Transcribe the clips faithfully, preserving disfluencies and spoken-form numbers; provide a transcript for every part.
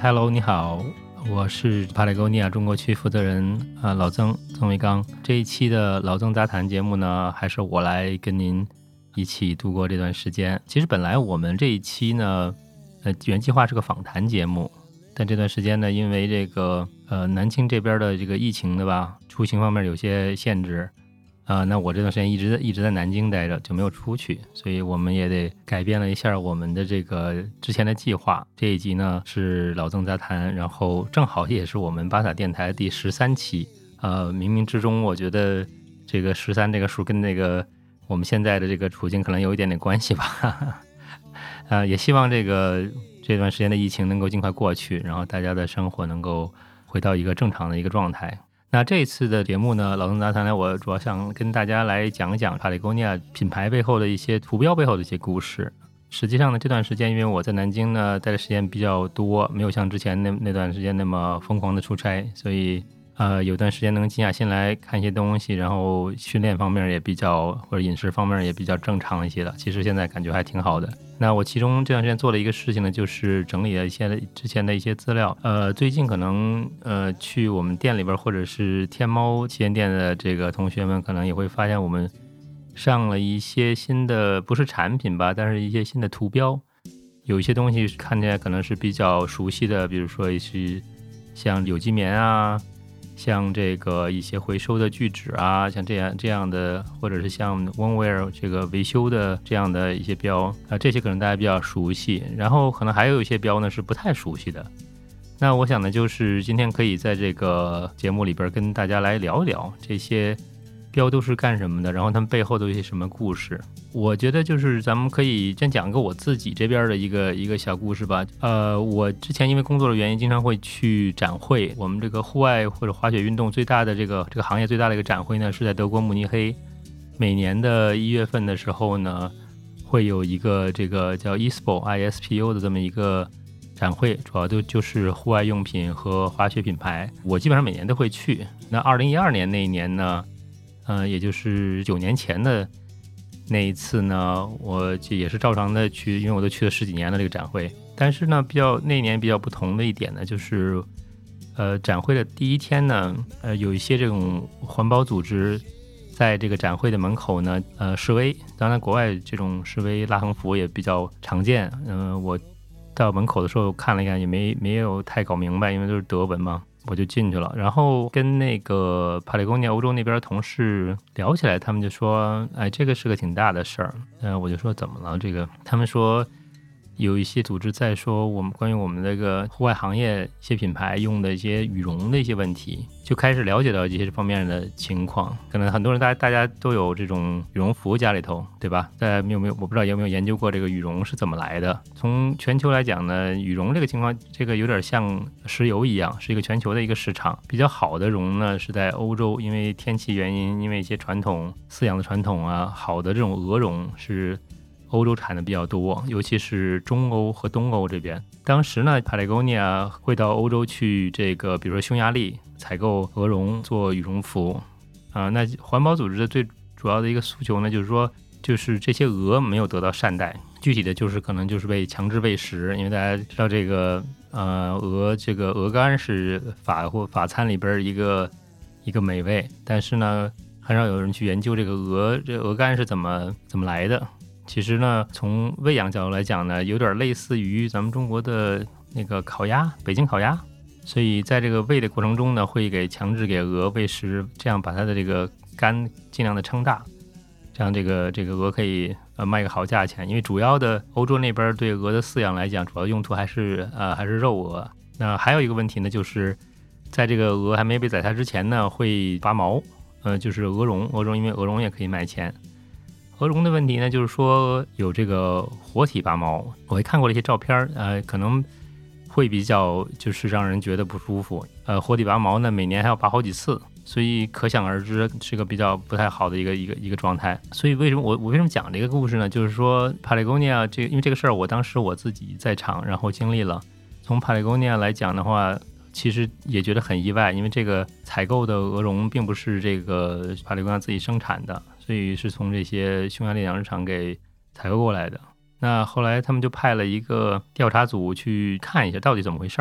Hello， 你好，我是帕雷沟尼亚中国区负责人、呃、老曾曾维刚。这一期的老曾杂谈节目呢，还是我来跟您一起度过这段时间。其实本来我们这一期呢，呃，原计划是个访谈节目，但这段时间呢，因为这个呃南京这边的这个疫情的吧，出行方面有些限制。啊、呃，那我这段时间一直一直在南京待着，就没有出去，所以我们也得改变了一下我们的这个之前的计划。这一集呢是老曾杂谈，然后正好也是我们巴塔电台第十三期。呃，冥冥之中，我觉得这个十三这个数跟那个我们现在的这个处境可能有一点点关系吧。呃，也希望这个这段时间的疫情能够尽快过去，然后大家的生活能够回到一个正常的一个状态。那这一次的节目呢，老曾杂谈呢，我主要想跟大家来讲一讲帕雷沟尼亚品牌背后的一些图标背后的一些故事。实际上呢，这段时间因为我在南京呢待的时间比较多，没有像之前那那段时间那么疯狂的出差，所以呃有段时间能静下心来看一些东西，然后训练方面也比较或者饮食方面也比较正常一些了。其实现在感觉还挺好的。那我其中这段时间做的一个事情呢，就是整理了一些之前的一些资料。呃，最近可能呃去我们店里边或者是天猫旗舰店的这个同学们，可能也会发现我们上了一些新的，不是产品吧，但是一些新的图标。有一些东西看起来可能是比较熟悉的，比如说是像有机棉啊，像这个一些回收的聚酯啊，像这样这样的，或者是像 OneWear 这个维修的这样的一些标啊、呃，这些可能大家比较熟悉。然后可能还有一些标呢是不太熟悉的。那我想呢，就是今天可以在这个节目里边跟大家来聊一聊这些标都是干什么的，然后他们背后都有一些什么故事。我觉得就是咱们可以先讲个我自己这边的一个一个小故事吧。呃，我之前因为工作的原因，经常会去展会。我们这个户外或者滑雪运动最大的这个这个行业最大的一个展会呢，是在德国慕尼黑。每年的一月份的时候呢，会有一个这个叫 I S P O I S P O 的这么一个展会，主要就就是户外用品和滑雪品牌。我基本上每年都会去。那二零一二年那一年呢，呃，也就是九年前的那一次呢，我也是照常的去，因为我都去了十几年了这个展会。但是呢，比较那一年比较不同的一点呢，就是呃，展会的第一天呢，呃，有一些这种环保组织在这个展会的门口呢，呃，示威。当然，国外这种示威拉横幅也比较常见。嗯、呃，我到门口的时候看了一看，也没没有太搞明白，因为都是德文嘛。我就进去了，然后跟那个帕雷沟尼亚欧洲那边的同事聊起来，他们就说，哎，这个是个挺大的事儿。嗯、呃，我就说怎么了？这个他们说有一些组织在说我们关于我们这个户外行业一些品牌用的一些羽绒的一些问题，就开始了解到一些这方面的情况。可能很多人大家大家都有这种羽绒服家里头，对吧？大家有没有我不知道有没有研究过这个羽绒是怎么来的？从全球来讲呢，羽绒这个情况，这个有点像石油一样，是一个全球的一个市场。比较好的绒呢是在欧洲，因为天气原因，因为一些传统饲养的传统啊，好的这种鹅绒是欧洲产的比较多，尤其是中欧和东欧这边。当时呢，帕雷沟尼亚会到欧洲去，这个比如说匈牙利采购鹅绒做羽绒服啊、呃。那环保组织的最主要的一个诉求呢，就是说，就是这些鹅没有得到善待，具体的就是可能就是被强制喂食，因为大家知道这个呃鹅这个鹅肝是法或法餐里边一个一个美味，但是呢，很少有人去研究这个鹅这鹅肝是怎么怎么来的。其实呢，从喂养角度来讲呢，有点类似于咱们中国的那个烤鸭，北京烤鸭。所以在这个喂的过程中呢，会给强制给鹅喂食，这样把它的这个肝尽量的撑大，这样这个这个鹅可以呃卖个好价钱。因为主要的欧洲那边对鹅的饲养来讲，主要用途还是呃还是肉鹅。那还有一个问题呢，就是在这个鹅还没被宰杀之前呢，会拔毛，呃就是鹅绒，鹅绒因为鹅绒也可以卖钱。鹅绒的问题呢，就是说有这个活体拔毛，我也看过了一些照片，呃，可能会比较就是让人觉得不舒服。呃，活体拔毛呢，每年还要拔好几次，所以可想而知是个比较不太好的一个一个一个状态。所以为什么我我为什么讲这个故事呢？就是说帕雷沟尼亚这个，因为这个事儿我当时我自己在场，然后经历了。从帕雷沟尼亚来讲的话，其实也觉得很意外，因为这个采购的鹅绒并不是这个帕雷沟尼亚自己生产的。所以是从这些匈牙利养殖场给采购过来的。那后来他们就派了一个调查组去看一下到底怎么回事儿。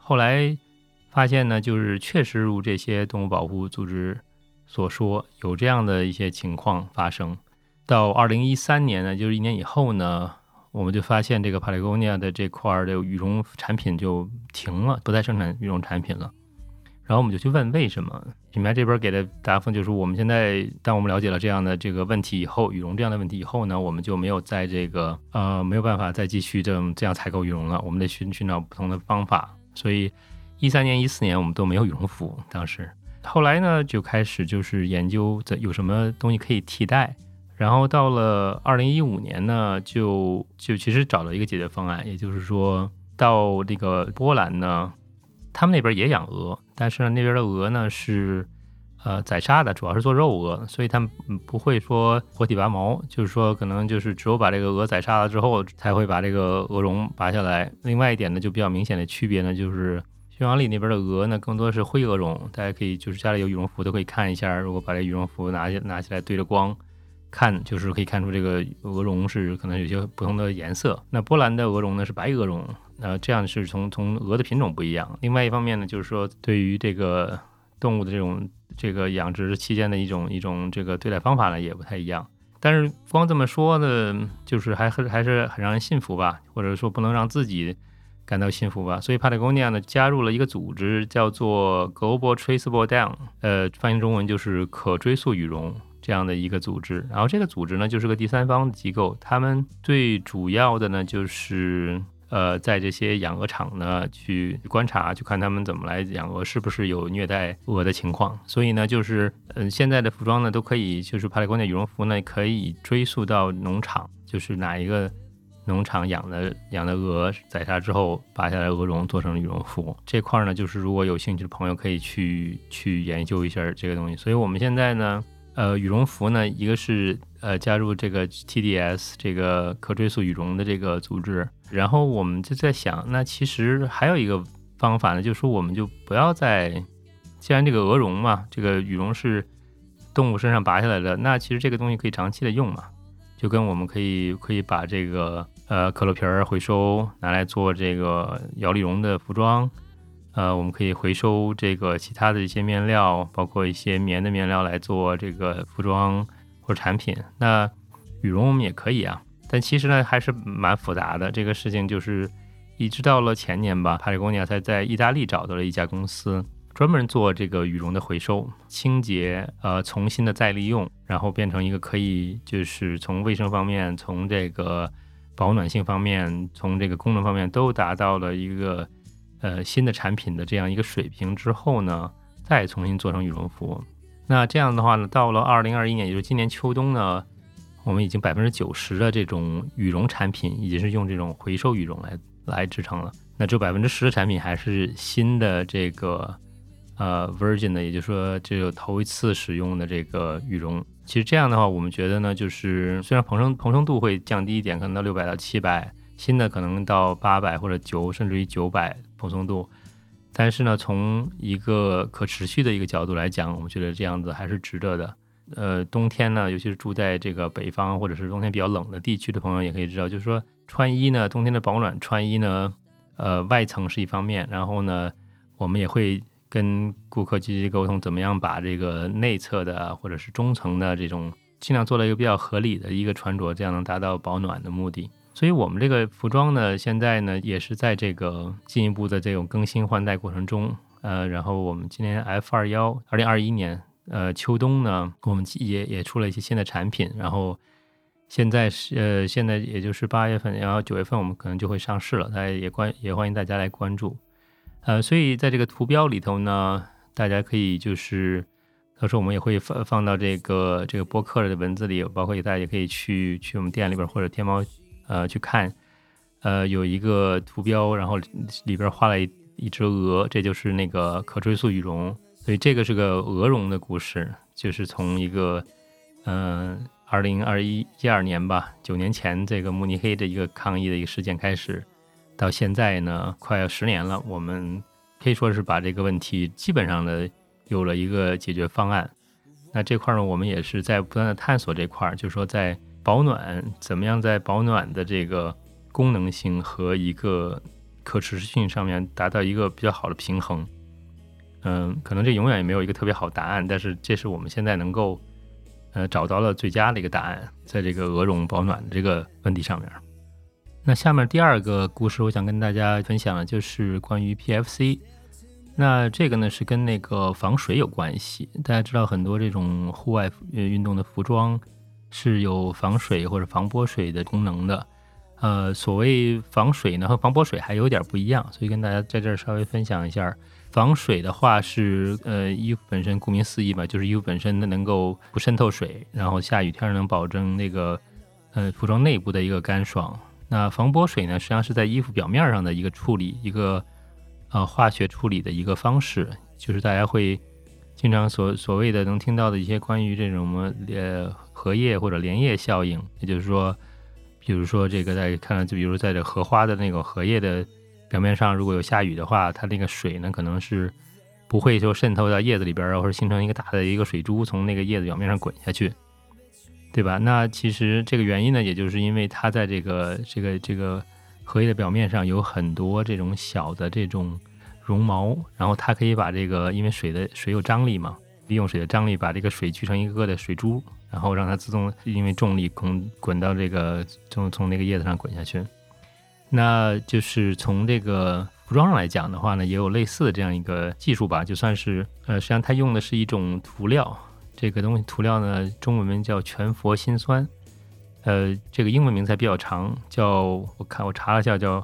后来发现呢，就是确实如这些动物保护组织所说，有这样的一些情况发生。到二零一三年呢，就是一年以后呢，我们就发现这个 Patagonia 的这块的羽绒产品就停了，不再生产羽绒产品了。然后我们就去问为什么，品牌这边给的答复就是我们现在当我们了解了这样的这个问题以后，羽绒这样的问题以后呢，我们就没有在这个呃没有办法再继续这样这样采购羽绒了，我们得寻寻找不同的方法。所以一三年一四年我们都没有羽绒服，当时后来呢就开始就是研究有什么东西可以替代。然后到了二零一五年呢，就就其实找了一个解决方案，也就是说到这个波兰呢，他们那边也养鹅，但是呢那边的鹅呢是呃宰杀的，主要是做肉鹅，所以他们不会说活体拔毛，就是说可能就是只有把这个鹅宰杀了之后才会把这个鹅绒拔下来。另外一点呢，就比较明显的区别呢，就是匈牙利那边的鹅呢更多是灰鹅绒，大家可以就是家里有羽绒服都可以看一下，如果把这羽绒服拿拿起来对着光看，就是可以看出这个鹅绒是可能有些不同的颜色。那波兰的鹅绒呢是白鹅绒，呃，这样是从从鹅的品种不一样。另外一方面呢，就是说对于这个动物的这种这个养殖期间的一种一种这个对待方法呢也不太一样。但是光这么说呢，就是还还是很让人信服吧，或者说不能让自己感到幸福吧。所以 Patagonia 呢加入了一个组织，叫做 Global Traceable Down， 呃，翻译成中文就是可追溯羽绒这样的一个组织。然后这个组织呢就是个第三方机构，他们最主要的呢就是呃在这些养鹅场呢去观察，去看他们怎么来养鹅，是不是有虐待鹅的情况。所以呢就是呃现在的服装呢都可以，就是 Patagonia 羽绒服呢可以追溯到农场，就是哪一个农场养的养的鹅宰杀之后拔下来鹅绒做成羽绒服。这块呢就是如果有兴趣的朋友可以去去研究一下这个东西。所以我们现在呢呃羽绒服呢一个是呃加入这个 T D S 这个可追溯羽绒的这个组织，然后我们就在想，那其实还有一个方法呢，就是说我们就不要再，既然这个鹅绒嘛，这个羽绒是动物身上拔下来的，那其实这个东西可以长期的用嘛，就跟我们可以可以把这个呃可乐皮儿回收拿来做这个摇粒绒的服装，呃我们可以回收这个其他的一些面料，包括一些棉的面料来做这个服装或者产品。那羽绒我们也可以啊，但其实呢还是蛮复杂的。这个事情就是一直到了前年吧，帕里贡尼亚才在意大利找到了一家公司，专门做这个羽绒的回收、清洁，呃，重新的再利用，然后变成一个可以就是从卫生方面、从这个保暖性方面、从这个功能方面都达到了一个呃新的产品的这样一个水平之后呢，再重新做成羽绒服。那这样的话呢，到了二零二一年，也就是今年秋冬呢，我们已经百分之九十的这种羽绒产品已经是用这种回收羽绒来来制成了。那只有百分之十的产品还是新的这个呃 virgin 的，也就是说只有头一次使用的这个羽绒。其实这样的话，我们觉得呢，就是虽然蓬生蓬生度会降低一点，可能到六百到七百，新的可能到八百或者九甚至于九百蓬松度。但是呢，从一个可持续的一个角度来讲，我们觉得这样子还是值得的。呃，冬天呢，尤其是住在这个北方或者是冬天比较冷的地区的朋友也可以知道，就是说穿衣呢，冬天的保暖穿衣呢，呃，外层是一方面，然后呢，我们也会跟顾客积极沟通，怎么样把这个内侧的或者是中层的这种尽量做了一个比较合理的一个穿着，这样能达到保暖的目的。所以我们这个服装呢，现在呢也是在这个进一步的这种更新换代过程中，呃，然后我们今年 F 二十一 二零二一年呃秋冬呢，我们也也出了一些新的产品，然后现在是呃现在也就是八月份，然后九月份我们可能就会上市了，大家也关也欢迎大家来关注。呃，所以在这个图标里头呢，大家可以就是到时候我们也会放放到这个这个播客的文字里，包括大家也可以去去我们店里边或者天猫呃去看，呃有一个图标，然后里边画了一一只鹅，这就是那个可追溯羽绒。所以这个是个鹅绒的故事，就是从一个嗯二零二一一二年吧，九年前这个慕尼黑的一个抗议的一个事件开始，到现在呢快要十年了，我们可以说是把这个问题基本上的有了一个解决方案。那这块呢，我们也是在不断的探索这块，就是说在保暖怎么样在保暖的这个功能性和一个可持续性上面达到一个比较好的平衡。嗯，可能这永远也没有一个特别好答案，但是这是我们现在能够呃找到了最佳的一个答案，在这个鹅绒保暖的这个问题上面。那下面第二个故事我想跟大家分享的就是关于 P F C。 那这个呢是跟那个防水有关系。大家知道很多这种户外运动的服装是有防水或者防泼水的功能的。呃，所谓防水呢和防泼水还有点不一样，所以跟大家在这儿稍微分享一下。防水的话是呃衣服本身顾名思义吧，就是衣服本身能够不渗透水，然后下雨天能保证那个呃服装内部的一个干爽。那防泼水呢实际上是在衣服表面上的一个处理，一个呃化学处理的一个方式，就是大家会经常所所谓的能听到的一些关于这种呃荷叶或者连叶效应，也就是说比如说这个在看就比如在这荷花的那个荷叶的表面上如果有下雨的话，它那个水呢可能是不会就渗透到叶子里边，或者形成一个大的一个水珠从那个叶子表面上滚下去，对吧？那其实这个原因呢，也就是因为它在这个这个这个荷叶的表面上有很多这种小的这种绒毛，然后它可以把这个因为水的水有张力嘛，利用水的张力把这个水聚成一个个的水珠，然后让它自动因为重力滚滚到这个从从那个叶子上滚下去。那就是从这个服装上来讲的话呢，也有类似的这样一个技术吧，就算是呃，实际上它用的是一种涂料，这个东西涂料呢，中文名叫全佛辛酸，呃，这个英文名字还比较长，叫我看我查了一下叫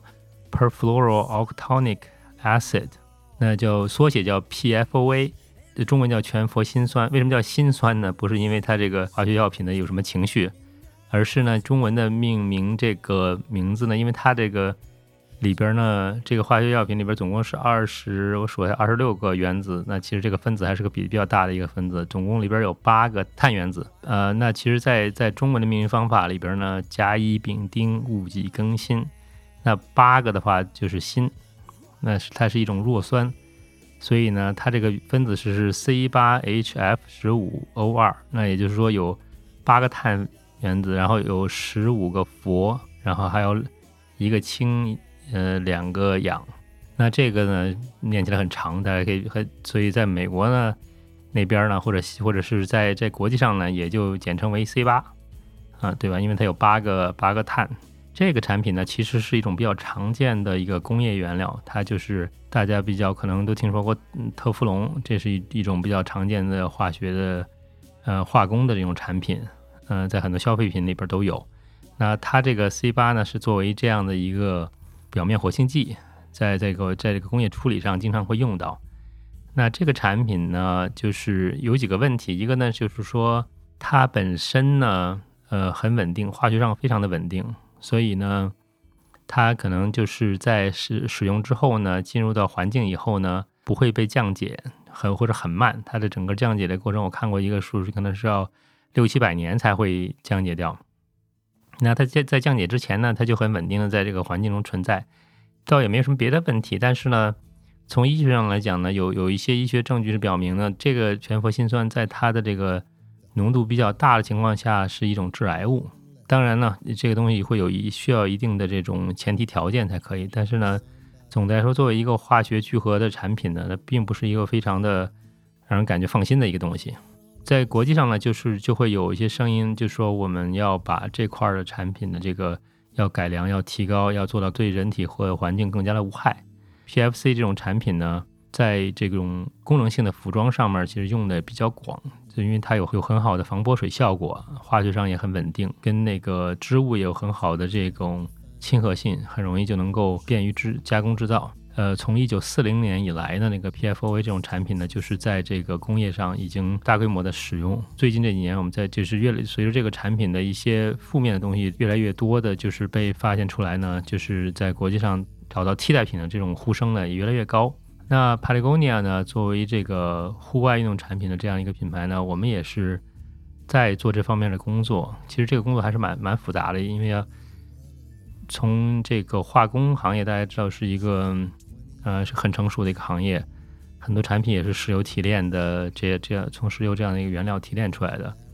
perfluorooctanoic acid， 那叫缩写叫 P F O A， 中文叫全佛辛酸。为什么叫辛酸呢？不是因为它这个化学药品呢有什么情绪，而是呢中文的命名这个名字呢，因为它这个里边呢，这个化学药品里边总共是二十，我数一下二十六个原子。那其实这个分子还是个比比较大的一个分子，总共里边有八个碳原子。呃，那其实在，在在中文的命名方法里边呢，甲乙丙丁戊己庚辛，那八个的话就是辛，那是它是一种弱酸，所以呢，它这个分子式是 C 八 H F 十五 O 二，那也就是说有八个碳原子，然后有十五个氟，然后还有一个氢。呃，两个氧，那这个呢念起来很长，大家可以和，所以在美国呢那边呢，或者或者是在在国际上呢，也就简称为 C 八 啊，对吧？因为它有八个八个碳。这个产品呢，其实是一种比较常见的一个工业原料，它就是大家比较可能都听说过特氟龙，这是一一种比较常见的化学的呃化工的这种产品，嗯、呃，在很多消费品里边都有。那它这个 C 八 呢，是作为这样的一个表面活性剂，在这个在这个工业处理上经常会用到。那这个产品呢，就是有几个问题，一个呢就是说它本身呢，呃，很稳定，化学上非常的稳定，所以呢，它可能就是在使使用之后呢，进入到环境以后呢，不会被降解，很或者很慢，它的整个降解的过程，我看过一个数是可能是要六七百年才会降解掉。那它在在降解之前呢，它就很稳定的在这个环境中存在，倒也没有什么别的问题。但是呢，从医学上来讲呢，有有一些医学证据是表明呢，这个全佛辛酸在它的这个浓度比较大的情况下是一种致癌物。当然呢，这个东西会有一需要一定的这种前提条件才可以。但是呢，总的来说，作为一个化学聚合的产品呢，它并不是一个非常的让人感觉放心的一个东西。在国际上呢，就是就会有一些声音，就说我们要把这块的产品的这个要改良、要提高，要做到对人体或环境更加的无害。P F C 这种产品呢，在这种功能性的服装上面其实用的比较广，就因为它有有很好的防泼水效果，化学上也很稳定，跟那个织物也有很好的这种亲和性，很容易就能够便于制加工制造。呃，从一九四零年以来呢，那个 P F O A 这种产品呢，就是在这个工业上已经大规模的使用。最近这几年，我们在就是越随着这个产品的一些负面的东西越来越多的，就是被发现出来呢，就是在国际上找到替代品的这种呼声呢也越来越高。那 Patagonia 呢，作为这个户外运动产品的这样一个品牌呢，我们也是在做这方面的工作。其实这个工作还是蛮蛮复杂的，因为啊，从这个化工行业大家知道是一个呃是很成熟的一个行业，很多产品也是石油提炼的，这这样从石油这样的一个原料提炼出来的。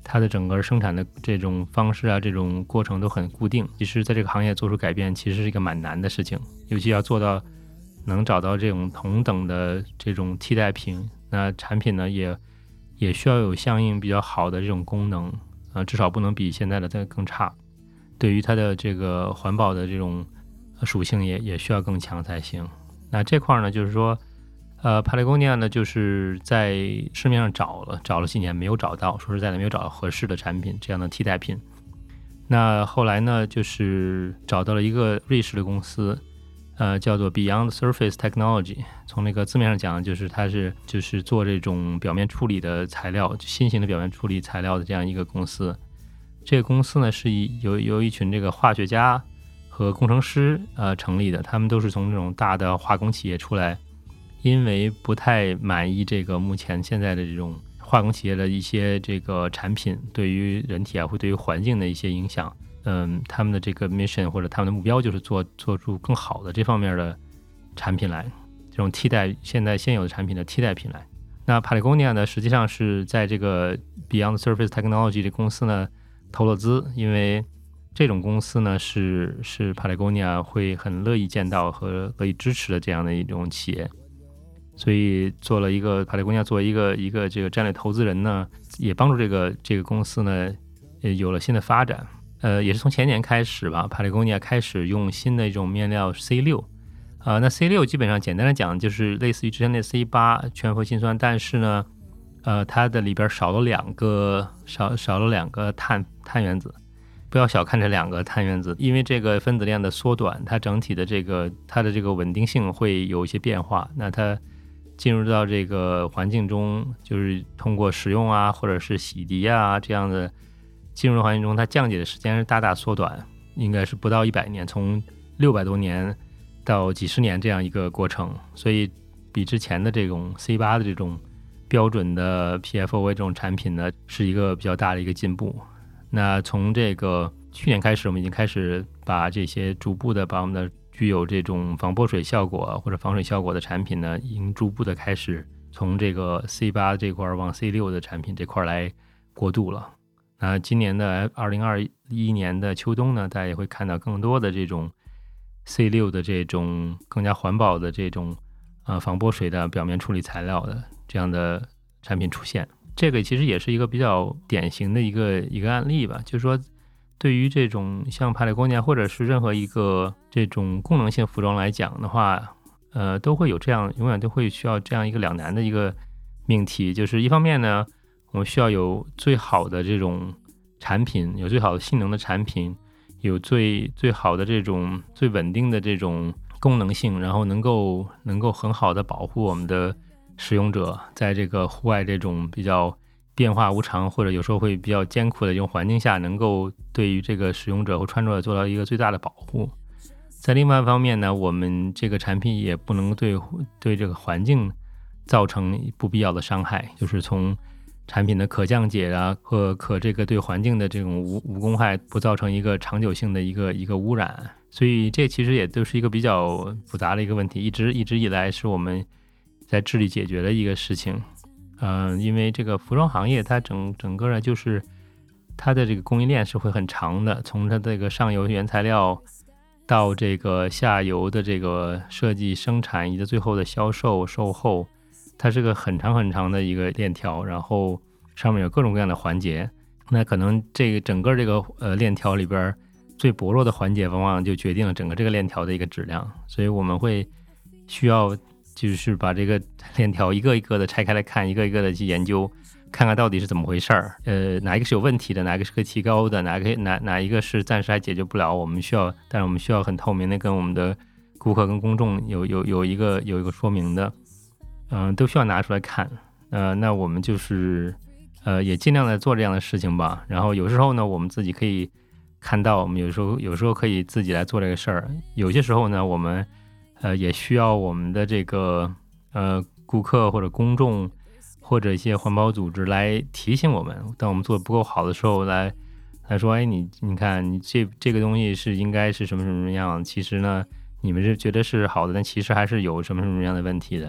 它的整个生产的这种方式啊，这种过程都很固定。其实在这个行业做出改变，其实是一个蛮难的事情，尤其要做到能找到这种同等的这种替代品，那产品呢也也需要有相应比较好的这种功能，呃，至少不能比现在的这个更差。对于它的这个环保的这种属性也也需要更强才行。那这块呢，就是说，呃 Patagonia 呢，就是在市面上找了找了几年没有找到，说实在的没有找到合适的产品这样的替代品。那后来呢，就是找到了一个瑞士的公司，呃，叫做 Beyond Surface Technology。从那个字面上讲，就是它是就是做这种表面处理的材料，新型的表面处理材料的这样一个公司。这个公司呢是由由一群这个化学家和工程师呃成立的，他们都是从这种大的化工企业出来，因为不太满意这个目前现在的这种化工企业的一些这个产品对于人体啊会对于环境的一些影响，嗯，他们的这个 mission 或者他们的目标就是做做出更好的这方面的产品来，这种替代现在现有的产品的替代品来。那 Patagonia 呢，实际上是在这个 Beyond Surface Technology 这公司呢投了资，因为这种公司呢是是 Patagonia 会很乐意见到和乐意支持的这样的一种企业，所以做了一个 Patagonia 作为一个一个这个战略投资人呢，也帮助这个这个公司呢有了新的发展。呃，也是从前年开始吧 ，Patagonia 开始用新的一种面料 C 六。啊、呃，那 C 六基本上简单的讲就是类似于之前的 C 八全氟辛酸，但是呢，呃，它的里边少了两个少少了两个碳碳原子。不要小看这两个碳原子，因为这个分子量的缩短，它整体的这个它的这个稳定性会有一些变化。那它进入到这个环境中，就是通过使用啊，或者是洗涤啊这样的进入环境中，它降解的时间是大大缩短，应该是不到一百年，从六百多年到几十年这样一个过程。所以比之前的这种 C 八 的这种标准的 P F O A 这种产品呢，是一个比较大的一个进步。那从这个去年开始，我们已经开始把这些逐步的把我们的具有这种防泼水效果或者防水效果的产品呢，已经逐步的开始从这个 C 八 这块往 C 六 的产品这块来过渡了。那今年的二零二一年的秋冬呢，大家也会看到更多的这种 C 六 的这种更加环保的这种呃防泼水的表面处理材料的这样的产品出现。这个其实也是一个比较典型的一个一个案例吧，就是说对于这种像 Patagonia 或者是任何一个这种功能性服装来讲的话，呃，都会有这样永远都会需要这样一个两难的一个命题，就是一方面呢，我们需要有最好的这种产品，有最好的性能的产品，有最最好的这种最稳定的这种功能性，然后能够能够很好的保护我们的使用者在这个户外这种比较变化无常或者有时候会比较艰苦的这种环境下，能够对于这个使用者或穿着者做到一个最大的保护。在另外一方面呢，我们这个产品也不能对对这个环境造成不必要的伤害，就是从产品的可降解啊和可这个对环境的这种无无公害，不造成一个长久性的一个一个污染。所以这其实也都是一个比较复杂的一个问题，一直一直以来是我们在致力解决的一个事情。嗯、呃，因为这个服装行业它整整个呢就是它的这个供应链是会很长的，从它这个上游原材料到这个下游的这个设计生产以及最后的销售售后，它是个很长很长的一个链条，然后上面有各种各样的环节。那可能这个整个这个呃链条里边最薄弱的环节往往就决定了整个这个链条的一个质量，所以我们会需要就是把这个链条一个一个的拆开来看，一个一个的去研究，看看到底是怎么回事儿，呃，哪一个是有问题的，哪一个是可以提高的，哪个哪哪一个是暂时还解决不了，我们需要，但是我们需要很透明的跟我们的顾客跟公众有有有一个有一个说明的，嗯、呃，都需要拿出来看，呃，那我们就是呃也尽量的做这样的事情吧。然后有时候呢，我们自己可以看到，我们有时候有时候可以自己来做这个事儿，有些时候呢，我们呃，也需要我们的这个呃顾客或者公众或者一些环保组织来提醒我们，当我们做的不够好的时候来来说，哎，你你看你这这个东西是应该是什么什么样，其实呢你们是觉得是好的，但其实还是有什么什么样的问题的。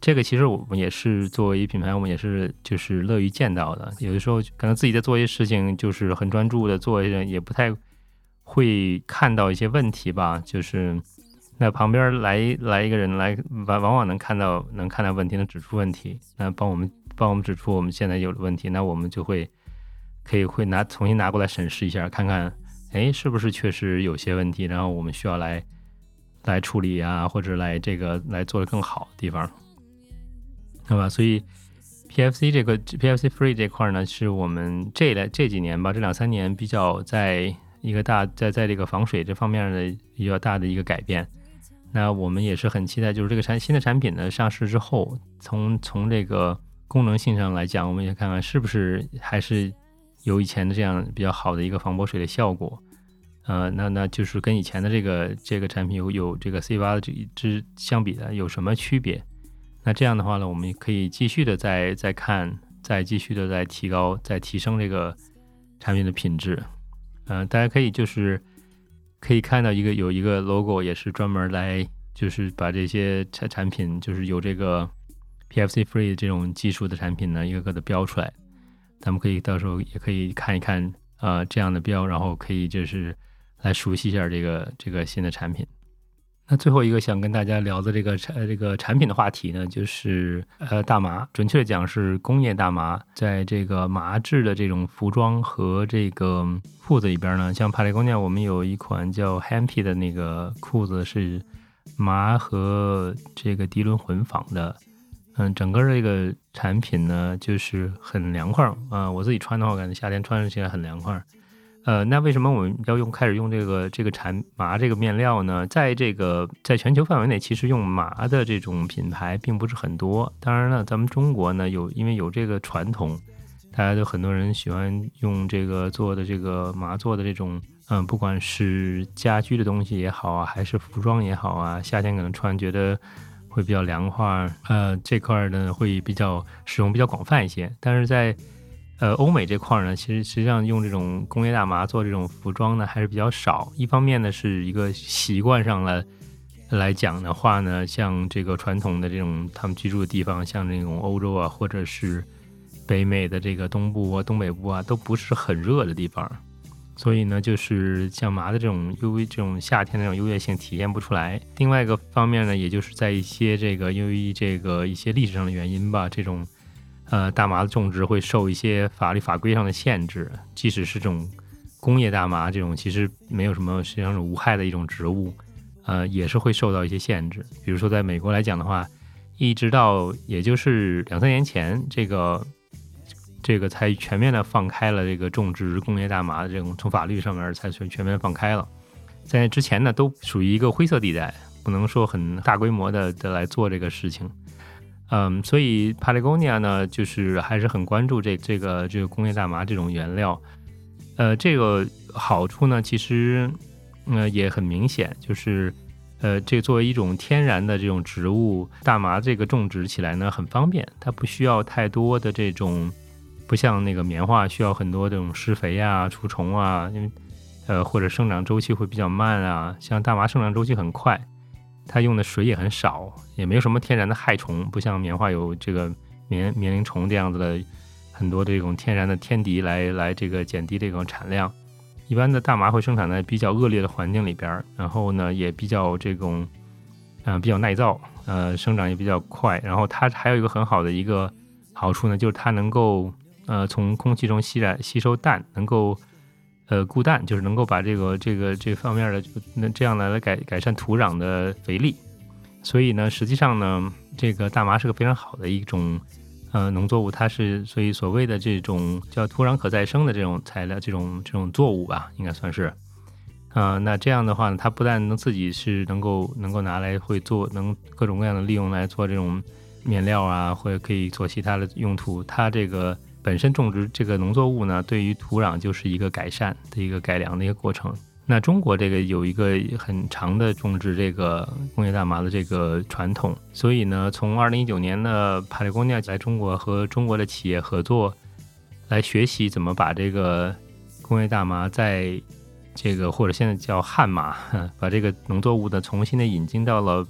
这个其实我们也是作为品牌，我们也是就是乐于见到的。有的时候可能自己在做一些事情，就是很专注的做，也不太会看到一些问题吧。就是那旁边来来一个人来，往往往能看到能看到问题，能指出问题，那帮我们帮我们指出我们现在有的问题，那我们就会可以会拿重新拿过来审视一下，看看哎是不是确实有些问题，然后我们需要来来处理啊，或者来这个来做得更好的地方。对吧？所以 P F C 这个 P F C Free 这块呢，是我们这来这几年吧，这两三年比较在一个大在在这个防水这方面的比较大的一个改变。那我们也是很期待，就是这个产新的产品呢上市之后，从从这个功能性上来讲，我们也看看是不是还是有以前的这样比较好的一个防泼水的效果。呃，那那就是跟以前的这个这个产品有有这个 C 八 的之相比的有什么区别？那这样的话呢，我们可以继续的再再看，再继续的再提高，再提升这个产品的品质。嗯、呃，大家可以就是可以看到一个有一个 logo， 也是专门来就是把这些产产品，就是有这个 P F C Free 这种技术的产品呢，一个个的标出来。咱们可以到时候也可以看一看呃这样的标，然后可以就是来熟悉一下这个这个新的产品。那最后一个想跟大家聊的这个产这个产品的话题呢，就是呃大麻，准确的讲是工业大麻，在这个麻质的这种服装和这个裤子里边呢，像帕雷贡尼亚我们有一款叫 Hempy 的那个裤子是麻和这个涤纶混纺的，嗯，整个这个产品呢就是很凉快啊、呃，我自己穿的话，感觉夏天穿上起来很凉快。呃，那为什么我们要用开始用这个这个产麻这个面料呢？在这个在全球范围内，其实用麻的这种品牌并不是很多。当然了，咱们中国呢有因为有这个传统，大家都很多人喜欢用这个做的这个麻做的这种，嗯，不管是家居的东西也好啊，还是服装也好啊，夏天可能穿觉得会比较凉快，呃，这块呢会比较使用比较广泛一些。但是在呃，欧美这块呢，其实实际上用这种工业大麻做这种服装呢，还是比较少。一方面呢，是一个习惯上来来讲的话呢，像这个传统的这种他们居住的地方，像这种欧洲啊，或者是北美的这个东部啊、东北部啊，都不是很热的地方，所以呢，就是像麻的这种优这种夏天的这种优越性体现不出来。另外一个方面呢，也就是在一些这个由于这个一些历史上的原因吧，这种。呃，大麻的种植会受一些法律法规上的限制，即使是这种工业大麻这种其实没有什么实际上是无害的一种植物，呃，也是会受到一些限制。比如说在美国来讲的话，一直到也就是两三年前，这个这个才全面的放开了这个种植工业大麻的这种从法律上面才全面放开了。在之前呢，都属于一个灰色地带，不能说很大规模的的来做这个事情。嗯，所以 Patagonia 呢，就是还是很关注这这个这个工业大麻这种原料。呃，这个好处呢，其实呃也很明显，就是呃这作为一种天然的这种植物，大麻这个种植起来呢很方便，它不需要太多的这种，不像那个棉花需要很多这种施肥啊、除虫啊，因为呃或者生长周期会比较慢啊，像大麻生长周期很快。它用的水也很少，也没有什么天然的害虫，不像棉花有这个棉棉铃虫这样子的很多这种天然的天敌来来这个减低这种产量。一般的大麻会生产在比较恶劣的环境里边，然后呢也比较这种呃比较耐造，呃生长也比较快。然后它还有一个很好的一个好处呢，就是它能够呃从空气中吸染吸收氮，能够。呃，固氮就是能够把这个这个这方面的那这样来改改善土壤的肥力，所以呢，实际上呢，这个大麻是个非常好的一种呃农作物，它是所以所谓的这种叫土壤可再生的这种材料，这种这种作物吧，应该算是。呃，那这样的话呢，它不但能自己是能够能够拿来会做，能各种各样的利用来做这种面料啊，或者可以做其他的用途，它这个。本身种植这个农作物呢，对于土壤就是一个改善的一个改良的一个过程。那中国这个有一个很长的种植这个工业大麻的这个传统，所以呢，从二零一九年呢，帕雷贡尼亚来中国和中国的企业合作，来学习怎么把这个工业大麻在这个或者现在叫旱麻，把这个农作物呢重新的引进到了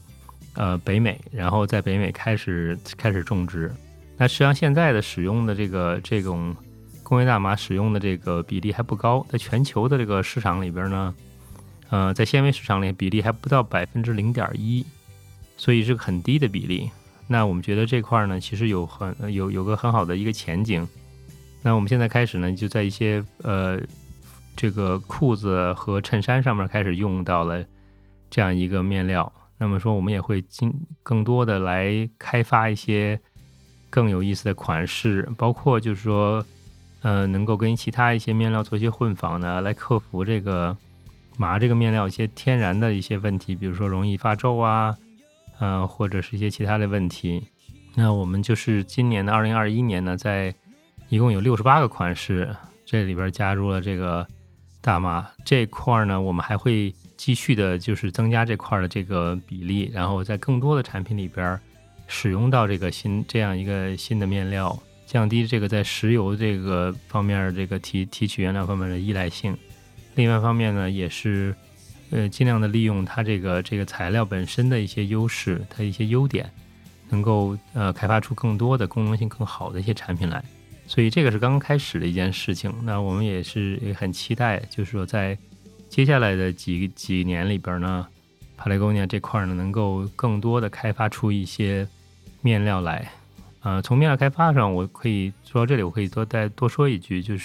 呃北美，然后在北美开始开始种植。那实际上现在的使用的这个这种工业大麻使用的这个比例还不高，在全球的这个市场里边呢，呃，在纤维市场里比例还不到百分之零点一，所以是个很低的比例。那我们觉得这块呢，其实有很有有个很好的一个前景。那我们现在开始呢，就在一些呃这个裤子和衬衫上面开始用到了这样一个面料。那么说，我们也会进更多的来开发一些更有意思的款式，包括就是说，呃，能够跟其他一些面料做一些混纺呢，来克服这个麻这个面料一些天然的一些问题，比如说容易发皱啊，呃，或者是一些其他的问题。那我们就是今年的二零二一年呢，在一共有六十八个款式，这里边加入了这个大麻这块呢，我们还会继续的，就是增加这块的这个比例，然后在更多的产品里边使用到这个新这样一个新的面料，降低这个在石油这个方面这个提提取原料方面的依赖性。另外一方面呢，也是呃尽量的利用它这个这个材料本身的一些优势，它一些优点，能够呃开发出更多的功能性更好的一些产品来。所以这个是刚刚开始的一件事情。那我们也是也很期待，就是说在接下来的几几年里边呢，Patagonia这块呢能够更多的开发出一些面料来。呃，从面料开发上，我可以说到这里，我可以多再多说一句，就是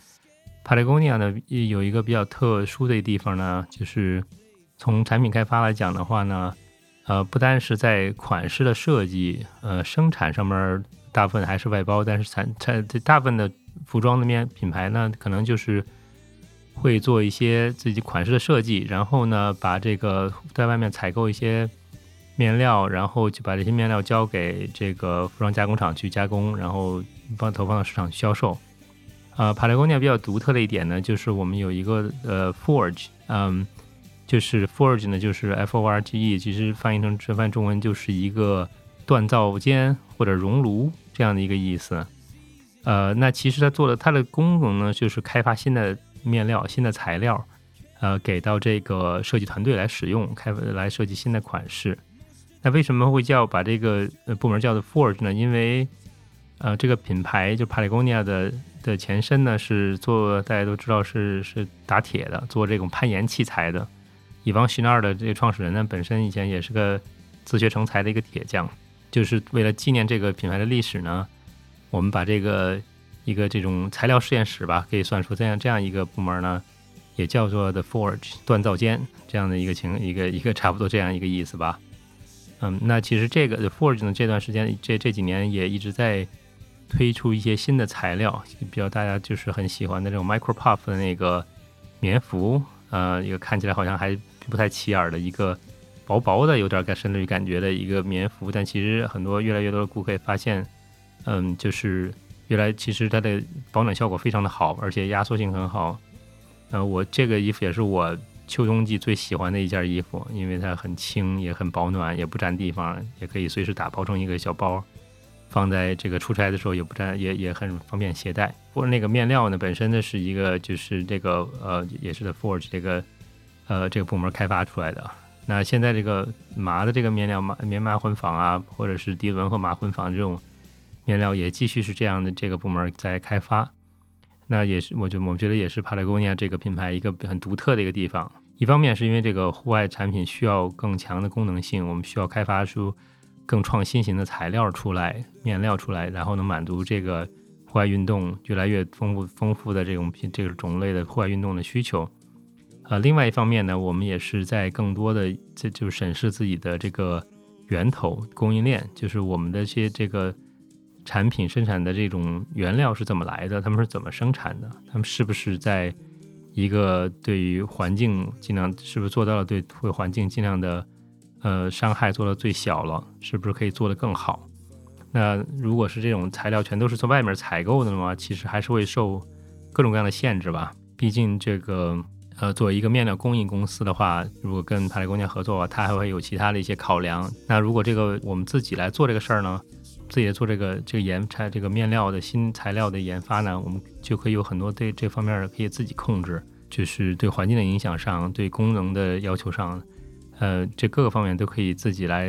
Patagonia 呢有一个比较特殊的地方呢，就是从产品开发来讲的话呢，呃，不单是在款式的设计，呃，生产上面大部分还是外包，但是产产大部分的服装的面品牌呢，可能就是会做一些自己款式的设计，然后呢，把这个在外面采购一些面料，然后就把这些面料交给这个服装加工厂去加工，然后放投放到市场去销售。呃 Patagonia 比较独特的一点呢，就是我们有一个呃 Forge， 嗯，就是 Forge 呢，就是 F O R G E， 其实翻译成翻译中文就是一个锻造间或者熔炉这样的一个意思。呃，那其实它做的它的功能呢，就是开发新的面料、新的材料，呃，给到这个设计团队来使用，开来设计新的款式。那为什么会叫把这个部门叫做 Forge 呢？因为呃，这个品牌就 Patagonia 的的前身呢是做大家都知道是是打铁的，做这种攀岩器材的。以往徐纳尔的这个创始人呢，本身以前也是个自学成才的一个铁匠，就是为了纪念这个品牌的历史呢，我们把这个一个这种材料实验室吧，可以算出这样这样一个部门呢，也叫做 The Forge 锻造间这样的一个情一个一个差不多这样一个意思吧。嗯，那其实这个 The Forge 呢，这段时间这这几年也一直在推出一些新的材料，比较大家就是很喜欢的这种 Micro Puff 的那个棉服，呃，一个看起来好像还不太起眼的一个薄薄的有点深绿感觉的一个棉服，但其实很多越来越多的顾客发现，嗯，就是原来其实它的保暖效果非常的好，而且压缩性很好。呃，我这个衣服也是我秋冬季最喜欢的一件衣服，因为它很轻，也很保暖，也不占地方，也可以随时打包成一个小包，放在这个出差的时候也不占，也也很方便携带。或者那个面料呢，本身呢是一个就是这个呃，也是 The Forge 这个呃这个部门开发出来的。那现在这个麻的这个面料麻棉麻混纺啊，或者是涤纶和麻混纺这种面料也继续是这样的，这个部门在开发。那也是我觉得我们觉得也是 Patagonia 这个品牌一个很独特的一个地方。一方面是因为这个户外产品需要更强的功能性，我们需要开发出更创新型的材料出来，面料出来，然后能满足这个户外运动越来越丰富丰富的这种这个种类的户外运动的需求。呃，另外一方面呢，我们也是在更多的这就是审视自己的这个源头供应链，就是我们的这些这个产品生产的这种原料是怎么来的，他们是怎么生产的，他们是不是在一个对于环境尽量是不是做到了对对环境尽量的呃伤害做到最小了，是不是可以做得更好。那如果是这种材料全都是从外面采购的话，其实还是会受各种各样的限制吧。毕竟这个呃，作为一个面料供应公司的话，如果跟 Patagonia 合作，它还会有其他的一些考量。那如果这个我们自己来做这个事儿呢，自己做这个这个研产这个面料的新材料的研发呢，我们就可以有很多对这方面可以自己控制，就是对环境的影响上，对功能的要求上，呃，这各个方面都可以自己来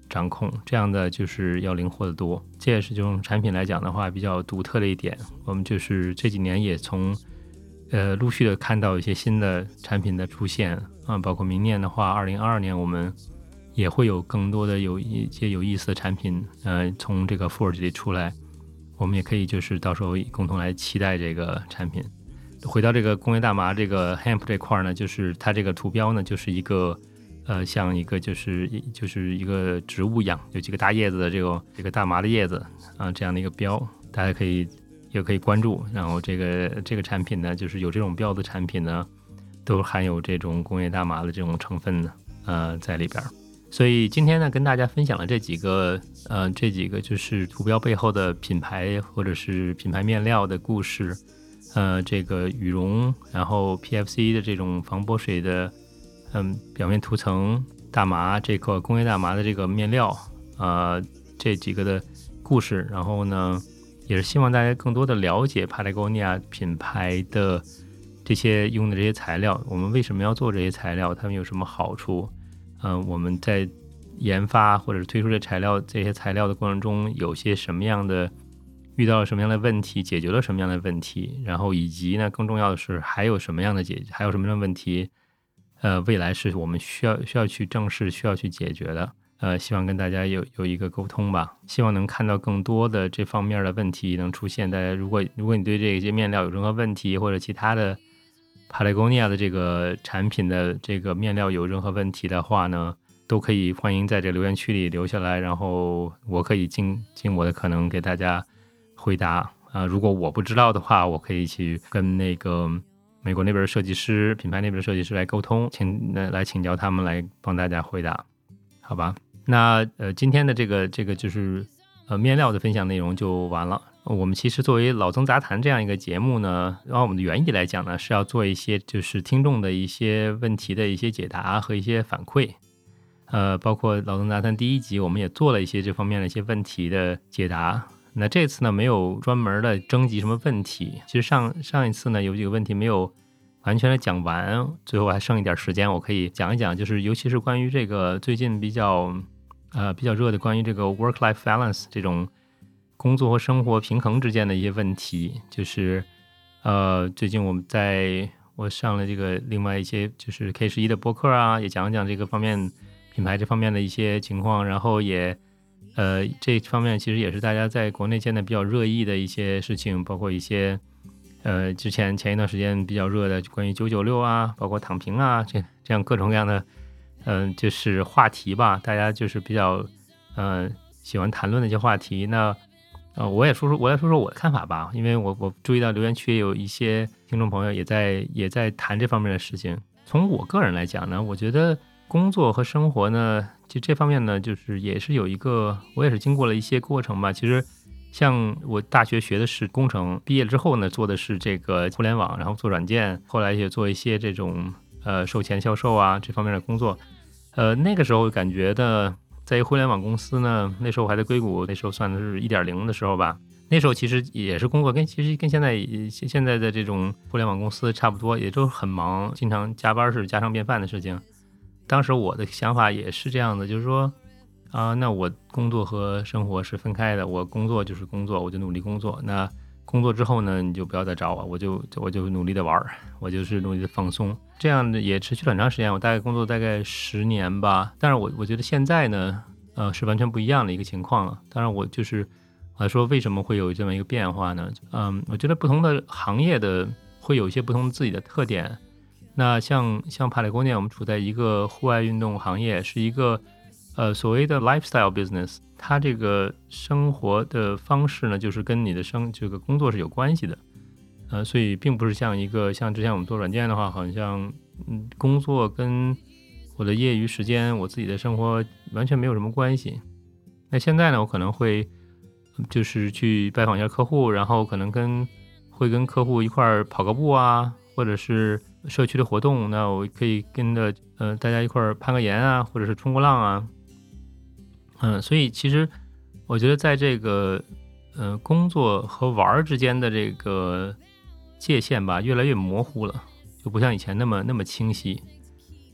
掌控，这样的就是要灵活得多。这也是这种产品来讲的话比较独特的一点。我们就是这几年也从呃陆续的看到一些新的产品的出现啊，包括明年的话，二零二二年我们也会有更多的有一些有意思的产品，呃，从这个 Forge 里出来，我们也可以就是到时候共同来期待这个产品。回到这个工业大麻这个 hemp 这块呢，就是它这个图标呢，就是一个呃像一个就是就是一个植物一样，有几个大叶子的这个这个大麻的叶子啊，这样的一个标，大家可以也可以关注。然后这个这个产品呢，就是有这种标的产品呢，都含有这种工业大麻的这种成分呢，呃，在里边。所以今天呢，跟大家分享了这几个呃这几个就是图标背后的品牌或者是品牌面料的故事。呃，这个羽绒，然后 P F C 的这种防泼水的，嗯，表面涂层，大麻这个工业大麻的这个面料，呃，这几个的故事，然后呢，也是希望大家更多的了解 Patagonia 品牌的这些用的这些材料，我们为什么要做这些材料，它们有什么好处？嗯、呃，我们在研发或者是推出这材料这些材料的过程中，有些什么样的？遇到了什么样的问题，解决了什么样的问题，然后以及呢，更重要的是还有什么样的解，还有什么样的问题，呃，未来是我们需要需要去正视、需要去解决的。呃，希望跟大家有有一个沟通吧，希望能看到更多的这方面的问题能出现。大家如果如果你对这些面料有任何问题，或者其他的 Patagonia 的这个产品的这个面料有任何问题的话呢，都可以欢迎在这留言区里留下来，然后我可以尽尽我的可能给大家回答啊、呃，如果我不知道的话，我可以去跟那个美国那边的设计师、品牌那边的设计师来沟通，请来请教他们来帮大家回答，好吧？那呃，今天的这个这个就是呃面料的分享内容就完了。我们其实作为老曾杂谈这样一个节目呢，按我们的原意来讲呢，是要做一些就是听众的一些问题的一些解答和一些反馈。呃，包括老曾杂谈第一集，我们也做了一些这方面的一些问题的解答。那这次呢，没有专门的征集什么问题。其实上上一次呢，有几个问题没有完全的讲完，最后还剩一点时间，我可以讲一讲，就是尤其是关于这个最近比较呃比较热的关于这个 work-life balance 这种工作和生活平衡之间的一些问题。就是呃最近我们在我上了这个另外一些就是 K 十一的播客啊，也讲讲这个方面品牌这方面的一些情况，然后也。呃，这方面其实也是大家在国内现在比较热议的一些事情，包括一些呃之前前一段时间比较热的关于九九六啊，包括躺平啊，这这样各种各样的嗯、呃、就是话题吧，大家就是比较呃喜欢谈论的一些话题。那呃我也说说我来说说我的看法吧，因为我我注意到留言区也有一些听众朋友也在也在谈这方面的事情。从我个人来讲呢，我觉得工作和生活呢，就这方面呢，就是也是有一个，我也是经过了一些过程吧。其实，像我大学学的是工程，毕业之后呢，做的是这个互联网，然后做软件，后来也做一些这种呃售前销售啊这方面的工作。呃，那个时候感觉的，在互联网公司呢，那时候还在硅谷，那时候算的是 一点零 的时候吧。那时候其实也是工作，跟其实跟现在现在的这种互联网公司差不多，也都很忙，经常加班是家常便饭的事情。当时我的想法也是这样的，就是说啊、呃，那我工作和生活是分开的，我工作就是工作，我就努力工作。那工作之后呢，你就不要再找我，我就我就努力的玩，我就是努力的放松。这样的也持续了很长时间，我大概工作大概十年吧。但是我我觉得现在呢，呃，是完全不一样的一个情况了。当然，我就是我说为什么会有这么一个变化呢？嗯，我觉得不同的行业的会有一些不同自己的特点。那像像 Patagonia， 我们处在一个户外运动行业，是一个呃所谓的 lifestyle business， 它这个生活的方式呢，就是跟你的生这个工作是有关系的，呃，所以并不是像一个像之前我们做软件的话，好像嗯工作跟我的业余时间，我自己的生活完全没有什么关系。那现在呢，我可能会就是去拜访一下客户，然后可能跟会跟客户一块儿跑个步啊，或者是社区的活动，那我可以跟着呃大家一块儿攀个岩啊，或者是冲个浪啊，嗯，所以其实我觉得在这个呃工作和玩之间的这个界限吧，越来越模糊了，就不像以前那么那么清晰。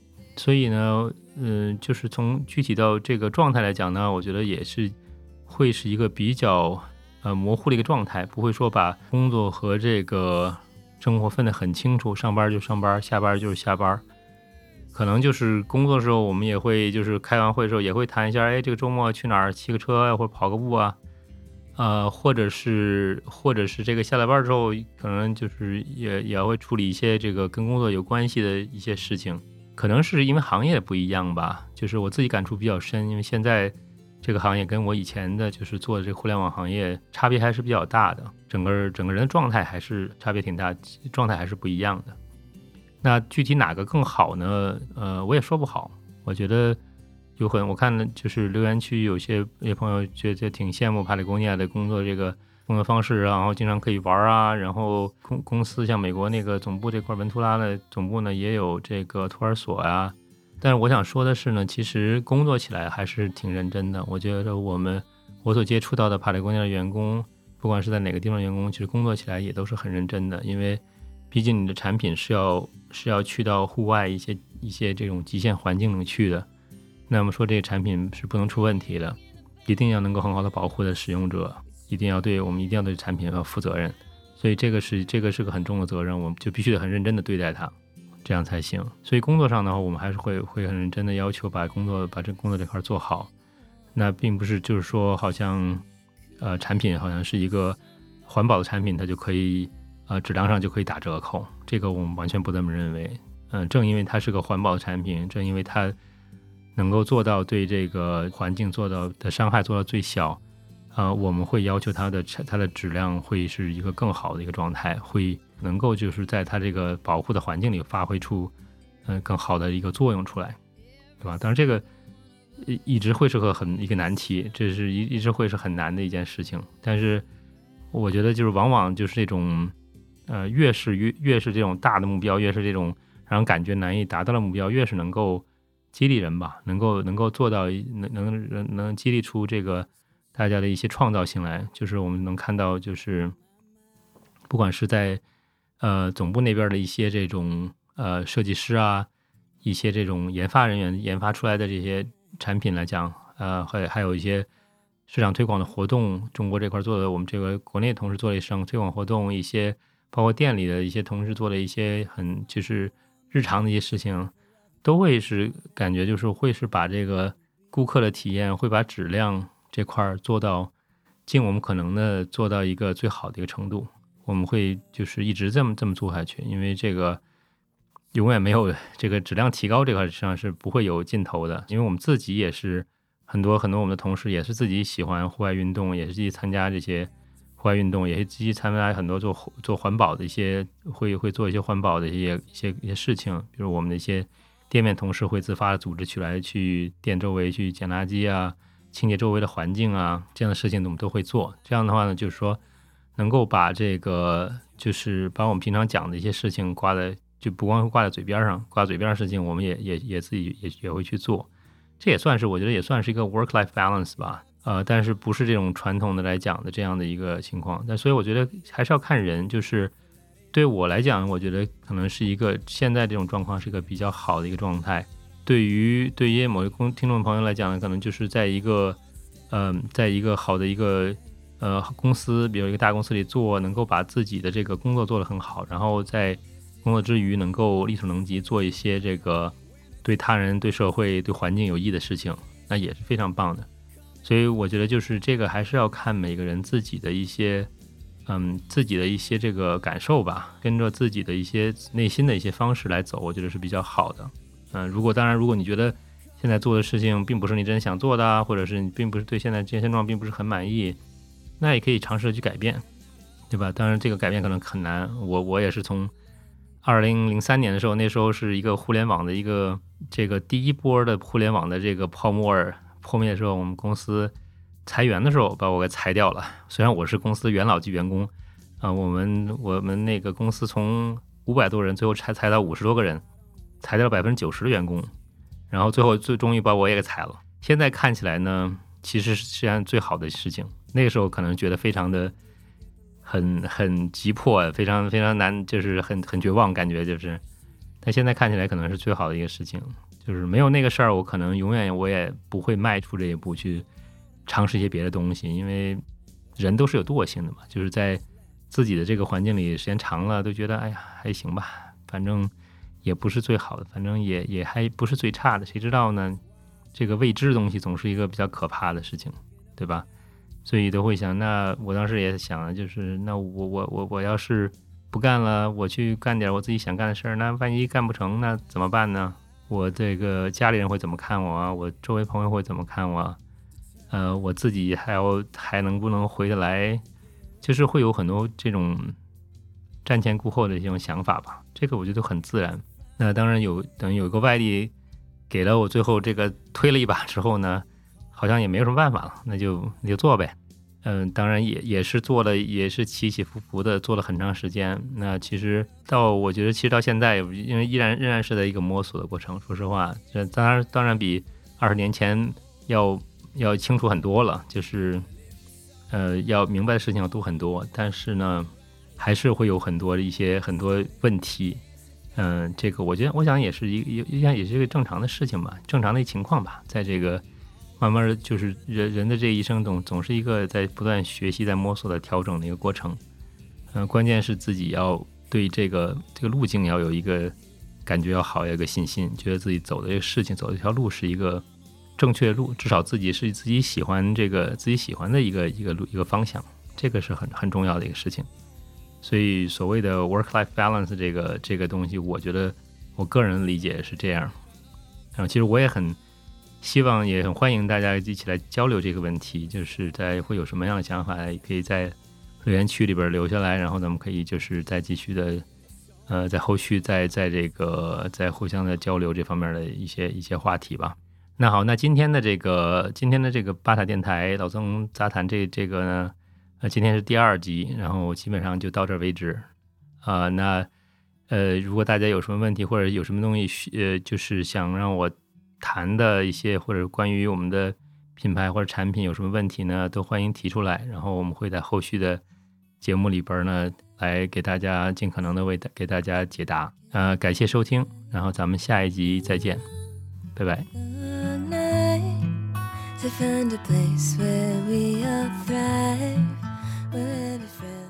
所以呢，嗯、呃，就是从具体到这个状态来讲呢，我觉得也是会是一个比较呃模糊的一个状态，不会说把工作和这个生活分得很清楚，上班就上班，下班就是下班。可能就是工作的时候，我们也会就是开完会的时候也会谈一下，哎，这个周末去哪儿骑个车呀，或者跑个步啊，呃，或者是或者是这个下了班之后，可能就是也也会处理一些这个跟工作有关系的一些事情。可能是因为行业不一样吧，就是我自己感触比较深，因为现在这个行业跟我以前的就是做的这个互联网行业差别还是比较大的，整个整个人的状态还是差别挺大，状态还是不一样的。那具体哪个更好呢？呃，我也说不好。我觉得有很，我看就是留言区有些有些朋友觉得挺羡慕帕里贡尼亚的工作这个工作方式，然后经常可以玩啊，然后公公司像美国那个总部这块文图拉的总部呢也有这个托儿所啊。但是我想说的是呢，其实工作起来还是挺认真的。我觉得我们我所接触到的帕里贡尼亚的员工，不管是在哪个地方的员工，其实工作起来也都是很认真的，因为毕竟你的产品是要是要去到户外一些一些这种极限环境里去的，那么说这个产品是不能出问题的，一定要能够很好的保护的使用者，一定要对我们一定要对产品要负责任，所以这个是这个是个很重的责任，我们就必须得很认真的对待它，这样才行。所以工作上的话，我们还是会会很认真的要求把工作把这工作这块做好。那并不是就是说好像呃产品好像是一个环保的产品，它就可以呃，质量上就可以打折扣，这个我们完全不这么认为。嗯、呃，正因为它是个环保的产品，正因为它能够做到对这个环境做到的伤害做到最小，呃，我们会要求它的它的质量会是一个更好的一个状态，会能够就是在它这个保护的环境里发挥出嗯、呃、更好的一个作用出来，对吧？当然这个一直会是个很一个难题，这是一一直会是很难的一件事情。但是我觉得就是往往就是这种。呃，越是越越是这种大的目标，越是这种让人感觉难以达到的目标，越是能够激励人吧，能够能够做到能能能激励出这个大家的一些创造性来。就是我们能看到，就是不管是在呃总部那边的一些这种呃设计师啊，一些这种研发人员研发出来的这些产品来讲，呃，还还有一些市场推广的活动，中国这块做的，我们这个国内同事做的市场推广活动，一些。包括店里的一些同事做的一些很就是日常的一些事情，都会是感觉就是会是把这个顾客的体验，会把质量这块做到尽我们可能的做到一个最好的一个程度。我们会就是一直这么这么做下去，因为这个永远没有这个质量提高这块实际上是不会有尽头的。因为我们自己也是很多很多我们的同事也是自己喜欢户外运动，也是自己参加这些。户外运动也是积极参加很多做做环保的一些会会做一些环保的一些一些一些事情，比如我们的一些店面同事会自发的组织起来去店周围去捡垃圾啊，清洁周围的环境啊，这样的事情我们都会做。这样的话呢，就是说能够把这个就是把我们平常讲的一些事情挂在就不光挂在嘴边上，挂在嘴边的事情我们也也也自己也也会去做。这也算是我觉得也算是一个 work-life balance 吧。呃，但是不是这种传统的来讲的这样的一个情况，但所以我觉得还是要看人，就是对我来讲，我觉得可能是一个现在这种状况是一个比较好的一个状态。对于对于某个听众朋友来讲，可能就是在一个嗯、呃，在一个好的一个呃公司，比如一个大公司里做，能够把自己的这个工作做得很好，然后在工作之余能够力所能及做一些这个对他人、对社会、对环境有益的事情，那也是非常棒的。所以我觉得就是这个还是要看每个人自己的一些嗯自己的一些这个感受吧，跟着自己的一些内心的一些方式来走，我觉得是比较好的。嗯，如果当然如果你觉得现在做的事情并不是你真想做的啊，或者是你并不是对现在这现状并不是很满意，那也可以尝试去改变，对吧？当然这个改变可能很难，我我也是从二零零三年的时候，那时候是一个互联网的一个这个第一波的互联网的这个泡沫破灭的时候，我们公司裁员的时候把我给裁掉了。虽然我是公司元老级员工啊、呃，我们我们那个公司从五百多人最后裁裁到五十多个人，裁掉了百分之九十的员工，然后最后最终于把我也给裁了。现在看起来呢，其实是实际上最好的事情。那个时候可能觉得非常的很很急迫，非常非常难，就是很很绝望，感觉就是但现在看起来可能是最好的一个事情，就是没有那个事儿，我可能永远我也不会迈出这一步去尝试一些别的东西，因为人都是有惰性的嘛，就是在自己的这个环境里时间长了，都觉得哎呀还行吧，反正也不是最好的，反正也也还不是最差的，谁知道呢？这个未知的东西总是一个比较可怕的事情，对吧？所以都会想，那我当时也想，就是那我我我我要是不干了，我去干点我自己想干的事儿，那万一干不成，那怎么办呢？我这个家里人会怎么看我啊？我周围朋友会怎么看我啊？呃，我自己还要还能不能回得来？就是会有很多这种瞻前顾后的这种想法吧。这个我觉得很自然。那当然有，等于有一个外力给了我最后这个推了一把之后呢，好像也没有什么办法了，那就那就做呗。嗯，当然也也是做了，也是起起伏伏的做了很长时间。那其实到我觉得，其实到现在，因为依然仍然是在一个摸索的过程。说实话，这当然当然比二十年前要要清楚很多了，就是呃要明白的事情要多很多。但是呢，还是会有很多一些很多问题。嗯、呃，这个我觉得我想也是一也想也是一个正常的事情吧，正常的情况吧，在这个。慢慢的就是人人的这一生总总是一个在不断学习、在摸索的调整的一个过程。嗯、呃，关键是自己要对这个这个路径要有一个感觉要好，要有一个信心，觉得自己走的这个事情、走的这条路是一个正确的路，至少自己是自己喜欢这个自己喜欢的一个一个路一个方向，这个是很很重要的一个事情。所以所谓的 work-life balance 这个这个东西，我觉得我个人理解是这样。嗯，其实我也很。希望也很欢迎大家一起来交流这个问题，就是在会有什么样的想法，也可以在留言区里边留下来，然后咱们可以就是再继续的，呃，在后续在在这个在互相的交流这方面的一些一些话题吧。那好，那今天的这个今天的这个巴塔电台老曾杂谈这这个呢，呃，今天是第二集，然后基本上就到这儿为止啊、呃。那呃，如果大家有什么问题或者有什么东西，呃，就是想让我谈的一些或者关于我们的品牌或者产品有什么问题呢，都欢迎提出来，然后我们会在后续的节目里边呢来给大家尽可能的为给大家解答。呃，感谢收听，然后咱们下一集再见，拜拜。To find a place where we all thrive, where every friend